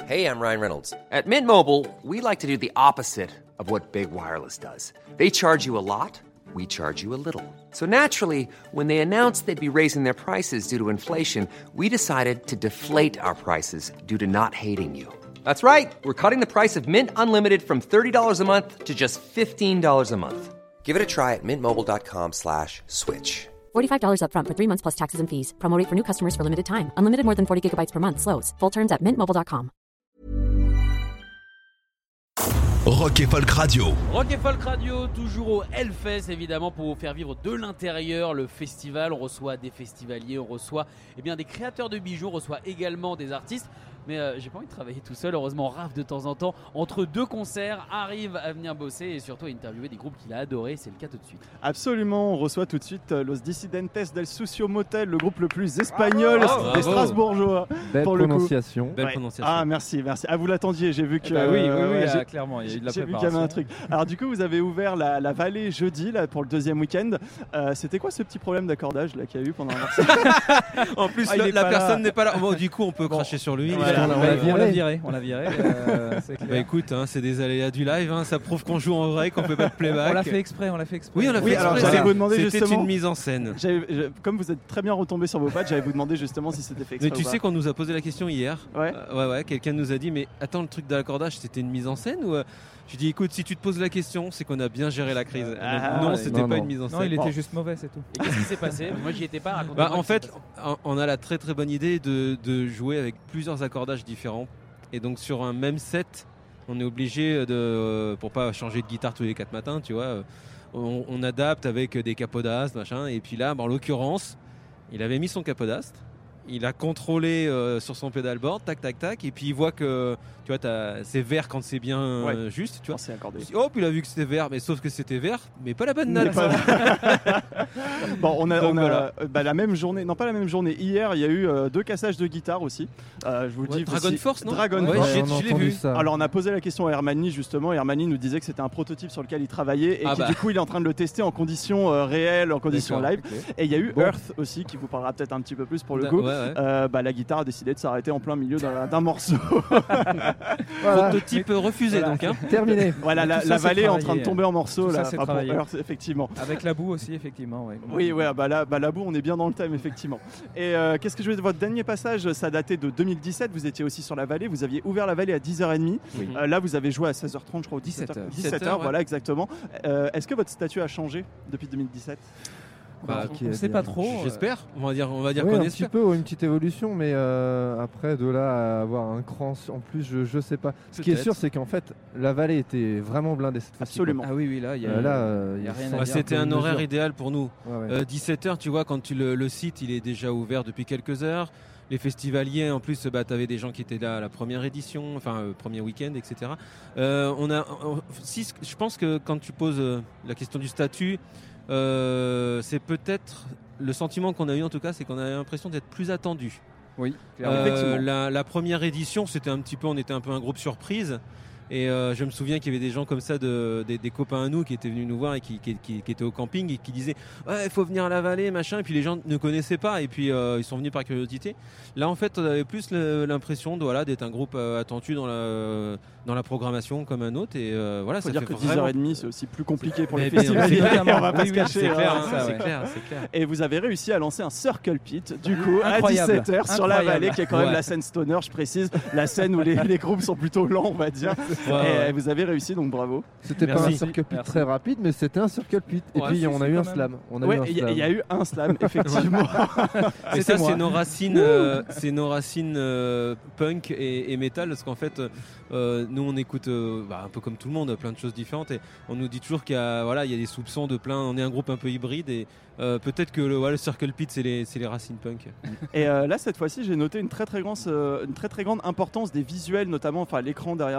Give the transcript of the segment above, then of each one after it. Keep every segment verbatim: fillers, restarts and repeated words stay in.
Hey, I'm Ryan Reynolds. At Mint Mobile, we like to do the opposite of what Big Wireless does. They charge you a lot, we charge you a little. So naturally, when they announced they'd be raising their prices due to inflation, we decided to deflate our prices due to not hating you. That's right. We're cutting the price of Mint Unlimited from thirty dollars a month to just fifteen dollars a month. Give it a try at mintmobile.com slash switch. forty-five dollars up front for three months plus taxes and fees. Promo rate for new customers for limited time. Unlimited more than forty gigabytes per month. Slows full terms at mint mobile dot com. Rock et Folk Radio. Rock et Folk Radio, toujours au Hellfest évidemment pour vous faire vivre de l'intérieur le festival. On reçoit des festivaliers, on reçoit eh bien, des créateurs de bijoux, on reçoit également des artistes. Mais euh, j'ai pas envie de travailler tout seul. Heureusement, Raph de temps en temps, entre deux concerts, arrive à venir bosser et surtout à interviewer des groupes qu'il a adorés. C'est le cas tout de suite. Absolument, on reçoit tout de suite Los Dissidentes del Sucio Motel, le groupe le plus espagnol Bravo, des bravo. Strasbourgeois. Belle pour le prononciation. coup. Belle Ouais. prononciation. Ah merci, merci. Ah vous l'attendiez, j'ai vu que. Eh bah oui, oui, oui, euh, ah, j'ai- clairement, il y a eu de la J'ai vu qu'il y avait un truc. Alors du coup, vous avez ouvert la, la vallée jeudi là pour le deuxième week-end. Euh, c'était quoi ce petit problème d'accordage là qu'il y a eu pendant un morceau? En plus, Ah, il la, est la pas personne là. n'est pas là. Bon, du coup, on peut Bon. cracher sur lui. Voilà. on, on l'a l'a viré. on l'a viré. viré, on l'a viré. euh, c'est clair. Bah écoute, hein, c'est des aléas du live. Hein, ça prouve qu'on joue en vrai, qu'on peut pas de playback. On l'a fait exprès, on l'a fait exprès. Oui, on l'a fait Oui, exprès. alors, j'allais vous demander C'était justement- une mise en scène. J'avais- je- Comme vous êtes très bien retombé sur vos pattes, j'allais vous demander justement si c'était fait Mais exprès tu ou sais pas. qu'on nous a posé la question hier. Ouais. Euh, ouais, ouais. Quelqu'un nous a dit, mais attends, le truc de l'accordage, c'était une mise en scène ou euh, Je dis, écoute, si tu te poses la question, c'est qu'on a bien géré la crise. Ah, Donc, non, ouais. c'était Non, pas non. une mise en scène. Non, il Bon. était juste mauvais, c'est tout. Et qu'est-ce qui s'est passé? Moi, j'y étais pas. Racontez-moi Bah, ce en qui s'est fait, passé. on a la très très bonne idée de, de jouer avec plusieurs accordages différents. Et donc sur un même set, on est obligé de, pour pas changer de guitare tous les quatre matins, tu vois, on, on adapte avec des capodastes, machin. Et puis là, bah, en l'occurrence, il avait mis son capodastre. Il a contrôlé euh, sur son pédalboard, tac tac tac, et puis il voit que tu vois, t'as- c'est vert quand c'est bien euh, Ouais. juste, tu vois. On s'est accordé. Oh, puis il a vu que c'était vert, mais sauf que c'était vert, mais pas la bonne Mais note. pas- Bon, on a, Donc on a voilà. euh, bah, la même journée, non pas la même journée, hier il y a eu euh, deux cassages de guitare aussi. Euh, je vous le Ouais, dis. Dragon voici- Force, non Dragon Ouais, Force. j'ai- on a je l'ai entendu vu. ça. Alors on a posé la question à Hermani justement, et Hermani nous disait que c'était un prototype sur lequel il travaillait et Ah qui bah. du coup il est en train de le tester en conditions euh, réelles, en conditions D'accord, live. ok. Et il y a eu Bon. Earth aussi qui vous parlera peut-être un petit peu plus pour le Ouais, coup. ouais. Euh, bah, la guitare a décidé de s'arrêter en plein milieu d'un d'un morceau. Voilà, Prototype refusé Voilà. donc. Hein. terminé. Voilà, Mais la, tout la ça, c'est vallée est en train travaillé, de tomber en morceaux Tout ça, là, c'est enfin, pour travaillé. Earth, effectivement. Avec la boue aussi, effectivement. Ouais. Oui, ouais, bah là, bah là boue, on est bien dans le thème, effectivement. Et euh, qu'est-ce que je veux dire, votre dernier passage, ça datait de deux mille dix-sept, vous étiez aussi sur la vallée, vous aviez ouvert la vallée à dix heures trente. Oui. Euh, là, vous avez joué à seize heures trente, je crois, ou dix-sept heures. dix-sept heures, heures, ouais. voilà, exactement. Euh, Est-ce que votre statut a changé depuis deux mille dix-sept? Bah, on ne sait pas trop. euh, J'espère. On va dire, on va dire Oui, qu'on un espère. petit peu, ou une petite évolution, mais euh, après de là à avoir un cran en plus, je, je sais pas. Ce qui est Peut-être. sûr, c'est qu'en fait, la vallée était vraiment blindée cette fois-ci. Absolument. quoi. Ah oui, oui, là, il y a, Euh, là, euh, y a il rien faut- à Bah, dire. c'était un Mesure. horaire idéal pour nous. Ouais, ouais. Euh, dix-sept heures, tu vois, quand tu, le, le site il est déjà ouvert depuis quelques heures. Les festivaliers, en plus, bah, tu avais des gens qui étaient là à la première édition, enfin, euh, premier week-end, et cetera. Euh, on a, on- si, je pense que quand tu poses euh, la question du statut, euh, c'est peut-être le sentiment qu'on a eu en tout cas, c'est qu'on a l'impression d'être plus attendu. Oui, clairement. Euh, Effectivement. la, la première édition, c'était un petit peu, on était un peu un groupe surprise. Et euh, je me souviens qu'il y avait des gens comme ça, de, des, des copains à nous qui étaient venus nous voir et qui, qui, qui- qui étaient au camping et qui disaient ouais, il faut venir à la vallée, machin. Et puis les gens ne connaissaient pas et puis euh, ils sont venus par curiosité. Là, en fait, on avait plus le- l'impression de, voilà, d'être un groupe euh, attendu dans la, dans la programmation comme un autre. Et euh, voilà, Faut ça dire fait que vraiment- dix heures trente, c'est aussi plus compliqué pour Mais les bien, festivaliers, c'est on va pas Oui, se oui, cacher. C'est hein. clair, hein, ça, c'est ouais. clair, c'est clair. Et vous avez réussi à lancer un Circle Pit, du coup, Incroyable. à dix-sept heures sur la Incroyable. vallée, qui est quand même Ouais. la scène stoner, je précise, la scène où les, les groupes sont plutôt lents, on va dire. Ouais, Et ouais. vous avez réussi, donc bravo. C'était pas un Merci. circuit pit Merci. très rapide, mais c'était un circuit pit. Et Ouais, puis si, on si, a eu quand un même. slam. On a Ouais, eu un il y, a- slam. il y a eu un slam, effectivement. Mais C'était ça, moi. c'est nos racines, euh, c'est nos racines euh, punk et, et metal, parce qu'en fait, euh, nous, on écoute euh, bah, un peu comme tout le monde, plein de choses différentes, et on nous dit toujours qu'il y a, voilà, il y a des soupçons de plein. On est un groupe un peu hybride, et euh, peut-être que le, ouais, le Circle Pit, c'est les, c'est les racines punk. Et euh, là, cette fois-ci, j'ai noté une très très grande, euh, une très très grande importance des visuels, notamment, enfin l'écran derrière vous qui,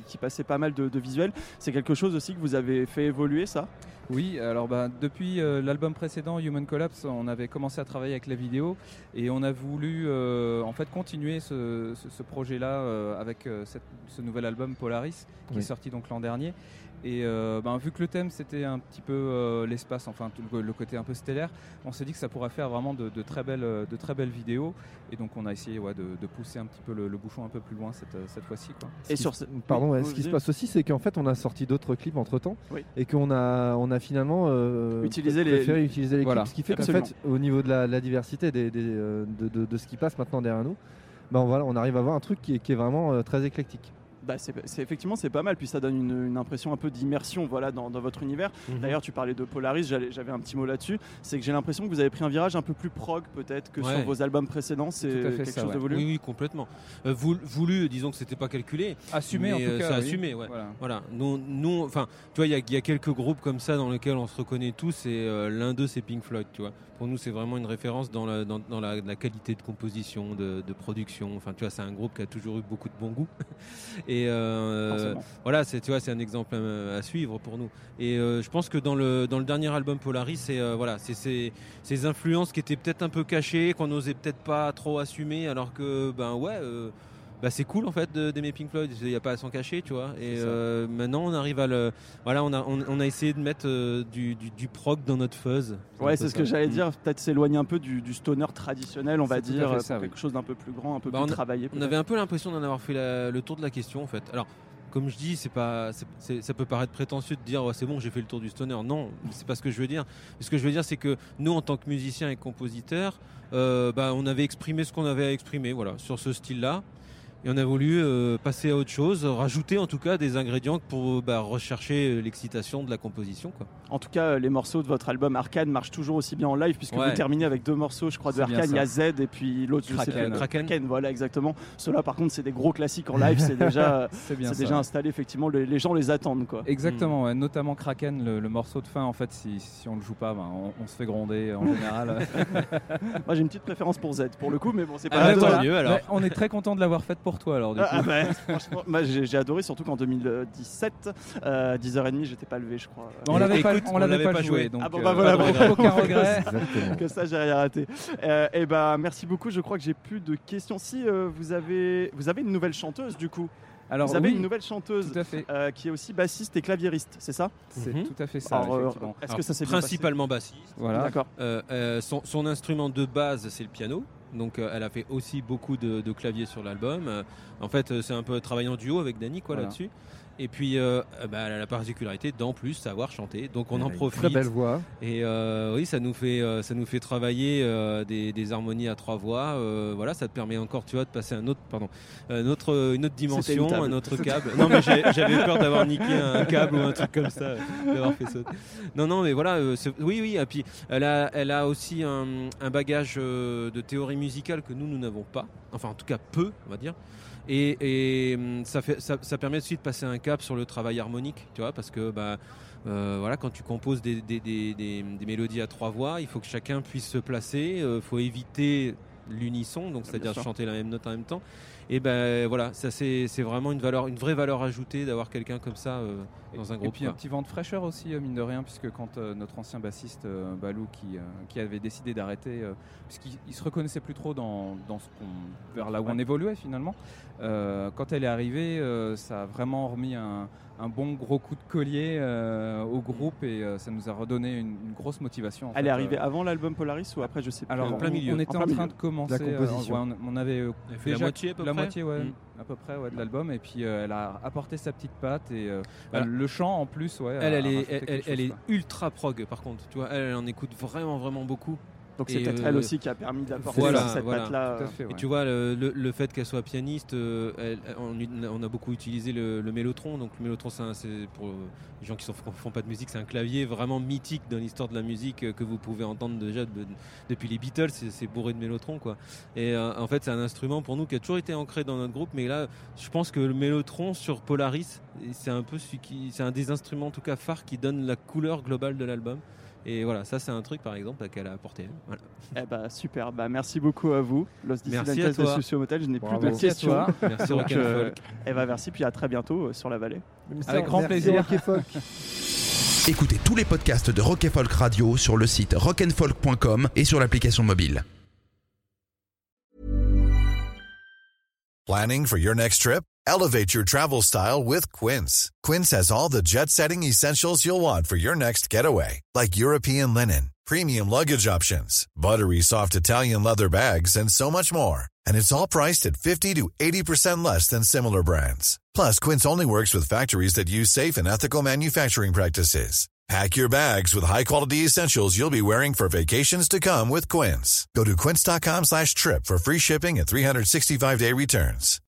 qui passait pas mal de, de visuels. C'est quelque chose aussi que vous avez fait évoluer, ça ? Oui, alors bah, depuis euh, l'album précédent, Human Collapse, on avait commencé à travailler avec la vidéo et on a voulu euh, en fait continuer ce, ce, ce projet-là euh, avec euh, cette, ce nouvel album Polaris qui oui. est sorti donc l'an dernier. Et euh, ben, vu que le thème c'était un petit peu euh, l'espace, enfin tout le, le côté un peu stellaire, on s'est dit que ça pourrait faire vraiment de, de, très, belles, de très belles vidéos. Et donc on a essayé ouais, de, de pousser un petit peu le, le bouchon un peu plus loin cette, cette fois-ci. Quoi. Et ce sur qui, ce... Pardon, oui, ouais, ce qui se passe aussi, c'est qu'en fait on a sorti d'autres clips entre temps oui. et qu'on a, on a finalement euh, Utilisé préféré les... utiliser les voilà. clips. Ce qui fait qu'en Absolument. fait, au niveau de la, la diversité des, des, euh, de, de, de ce qui passe maintenant derrière nous, ben voilà, on arrive à avoir un truc qui est, qui est vraiment euh, très éclectique. Bah c'est, c'est, effectivement c'est pas mal, puis ça donne une, une impression un peu d'immersion voilà, dans, dans votre univers. Mhm. D'ailleurs tu parlais de Polaris, j'allais, j'avais un petit mot là-dessus, c'est que j'ai l'impression que vous avez pris un virage un peu plus prog peut-être que Ouais. sur vos albums précédents, c'est Tout à fait quelque ça, chose ouais. de voulu. Oui, oui, complètement. Euh, voulu, voulu, disons que c'était pas calculé. Assumé mais, en tout euh, cas. c'est oui. assumé, ouais. Voilà. Voilà, nous, nous enfin, tu vois, il y, y a quelques groupes comme ça dans lesquels on se reconnaît tous, et euh, l'un d'eux c'est Pink Floyd, tu vois. Pour nous, c'est vraiment une référence dans la, dans, dans la, la qualité de composition, de, de production. Enfin, tu vois, c'est un groupe qui a toujours eu beaucoup de bon goût. Et euh, Forcément. voilà, c'est, tu vois, c'est un exemple à, à suivre pour nous. Et euh, je pense que dans le, dans le dernier album Polaris, c'est euh, voilà, c'est ces, ces influences qui étaient peut-être un peu cachées, qu'on n'osait peut-être pas trop assumer, alors que ben ouais. Euh, Bah c'est cool en fait de, d'aimer Pink Floyd, il n'y a pas à s'en cacher, tu vois. Et euh, maintenant on arrive à le, voilà, on a, on, on a essayé de mettre euh, du, du, du prog dans notre fuzz. Ouais, c'est ce ça. que j'allais dire, peut-être s'éloigner un peu du, du stoner traditionnel, on va C'est tout à dire, fait pour ça, oui. quelque chose d'un peu plus grand, un peu Bah, plus on a- travaillé. On peut-être. avait un peu l'impression d'en avoir fait la- le tour de la question en fait. Alors comme je dis, c'est pas, c'est, c'est, ça peut paraître prétentieux de dire oh, c'est bon, j'ai fait le tour du stoner. Non, c'est pas ce que je veux dire. Ce que je veux dire, c'est que nous, en tant que musiciens et compositeurs, euh, bah, on avait exprimé ce qu'on avait à exprimer, voilà, sur ce style-là. Et on a voulu euh, passer à autre chose, rajouter en tout cas des ingrédients pour bah, rechercher l'excitation de la composition, quoi. En tout cas, les morceaux de votre album Arcane marchent toujours aussi bien en live, puisque Ouais. vous terminez avec deux morceaux, je crois, de C'est bien Arcane. Il y a ça. Z et puis l'autre, je sais Kraken. plus. Kraken. Kraken, voilà, exactement. Ceux-là, par contre, c'est des gros classiques en live, c'est déjà, C'est bien c'est ça. déjà installé, effectivement, les, les gens les attendent, quoi. Exactement, ouais. Notamment Kraken, le, le morceau de fin. En fait, si, si on le joue pas, ben, on, on se fait gronder en général. Moi, j'ai une petite préférence pour Z, pour le coup, mais bon, c'est pas Ah, grave. tant Voilà. mieux, alors. Ouais, on est très content de l'avoir faite pour toi, alors du coup. Ah, bah, franchement, moi, j'ai, j'ai adoré, surtout qu'en deux mille dix-sept, euh, dix heures trente, j'étais pas levé, je crois. on l'avait pas, Écoute, on on l'avait l'avait pas pas joué, joué. donc Ah bon, euh, bah voilà, pas de bon. regret. Aucun regret. Exactement. Que ça, j'ai rien raté. Euh, et ben, merci beaucoup. Je crois que j'ai plus de questions. Si euh, vous avez, vous avez une nouvelle chanteuse, du coup. Alors vous avez oui, une nouvelle chanteuse tout à fait. euh, qui est aussi bassiste et claviériste, c'est ça? C'est Mhm. tout à fait ça, Alors, euh, effectivement. Est-ce Alors, que ça s'est bien passé? principalement bassiste. Voilà. D'accord. Euh, euh, son, son instrument de base, c'est le piano. Donc, euh, elle a fait aussi beaucoup de, de claviers sur l'album. Euh, en fait, euh, c'est un peu travailler en duo avec Dany, quoi, Voilà. là-dessus. Et puis, euh, bah, elle a la particularité d'en plus savoir chanter. Donc, on Elle en a une profite. Très belle voix. Et euh, oui, ça nous fait, euh, ça nous fait travailler euh, des, des harmonies à trois voix. Euh, voilà, ça te permet encore, tu vois, de passer un autre, pardon, un autre, une autre dimension, une table. un autre câble. Non, mais j'ai- j'avais peur d'avoir niqué un câble ou un truc comme ça, euh, d'avoir fait sauter. Non, non, mais voilà, euh, c'est- oui, oui. Et puis, elle a, elle a aussi un, un bagage euh, de théorie musicale que nous, nous n'avons pas. Enfin, en tout cas, peu, on va dire. Et, et hum, ça, fait, ça, ça permet aussi de passer un cap sur le travail harmonique, tu vois, parce que bah, euh, voilà, quand tu composes des, des, des, des, des mélodies à trois voix, il faut que chacun puisse se placer, il euh, faut éviter l'unisson, donc c'est-à-dire sûr. chanter la même note en même temps. Et ben voilà, ça c'est, c'est vraiment une valeur, une vraie valeur ajoutée d'avoir quelqu'un comme ça euh, dans un Et groupe. puis un quoi. petit vent de fraîcheur aussi, euh, mine de rien, puisque quand euh, notre ancien bassiste euh, Balou, qui, euh, qui avait décidé d'arrêter, euh, puisqu'il il se reconnaissait plus trop dans, dans ce qu'on, vers là où Ouais. on évoluait finalement, euh, quand elle est arrivée, euh, ça a vraiment remis un, un bon gros coup de collier euh, au groupe et euh, ça nous a redonné une, une grosse motivation. en Elle fait, est arrivée euh. avant l'album Polaris ou après, je sais plus. Alors, En on, plein milieu. on était En en, plein train milieu. de commencer. La composition. euh, ouais, on, on avait euh, Elle fait la déjà moitié à peu la près. moitié, ouais, Mm. à peu près, ouais, de l'album. Et puis euh, elle a apporté sa petite patte et euh, Voilà. le chant en plus, ouais. Elle, a elle est, rajouté elle, quelque elle- elle chose, est quoi. ultra prog par contre, tu vois, elle, elle en écoute vraiment, vraiment beaucoup. Donc c'est Et, peut-être euh, elle aussi qui a permis d'apporter voilà, cette voilà. patte-là. Tout à fait, ouais. Et tu vois, le, le- le fait qu'elle soit pianiste, euh, elle- on, on a beaucoup utilisé le, le mélotron. Donc le mélotron, c'est, un- c'est pour euh, les gens qui ne font pas de musique, c'est un clavier vraiment mythique dans l'histoire de la musique euh, que vous pouvez entendre déjà de- depuis les Beatles. C'est, c'est bourré de mélotron, quoi. Et euh, en fait, c'est un instrument pour nous qui a toujours été ancré dans notre groupe. Mais là, je pense que le mélotron sur Polaris, c'est un peu celui qui, c'est un des instruments en tout cas phares qui donne la couleur globale de l'album. Et voilà, ça c'est un truc par exemple qu'elle a apporté. Voilà. Eh bah super, bah merci beaucoup à vous. Los Merci Dissidentes à de toi. Socio Motel, je n'ai Bravo. plus de Merci à questions. toi. Merci Donc, Rock and euh, Folk. eh bah merci, puis à très bientôt euh, sur la vallée. Avec grand Merci, plaisir. Rock et Folk. Écoutez tous les podcasts de Rock and Folk Radio sur le site rock and folk point com et sur l'application mobile. Planning for your next trip? Elevate your travel style with Quince. Quince has all the jet-setting essentials you'll want for your next getaway, like European linen, premium luggage options, buttery soft Italian leather bags, and so much more. And it's all priced at fifty to eighty percent less than similar brands. Plus, Quince only works with factories that use safe and ethical manufacturing practices. Pack your bags with high-quality essentials you'll be wearing for vacations to come with Quince. Go to quince.com slash trip for free shipping and three sixty-five day returns.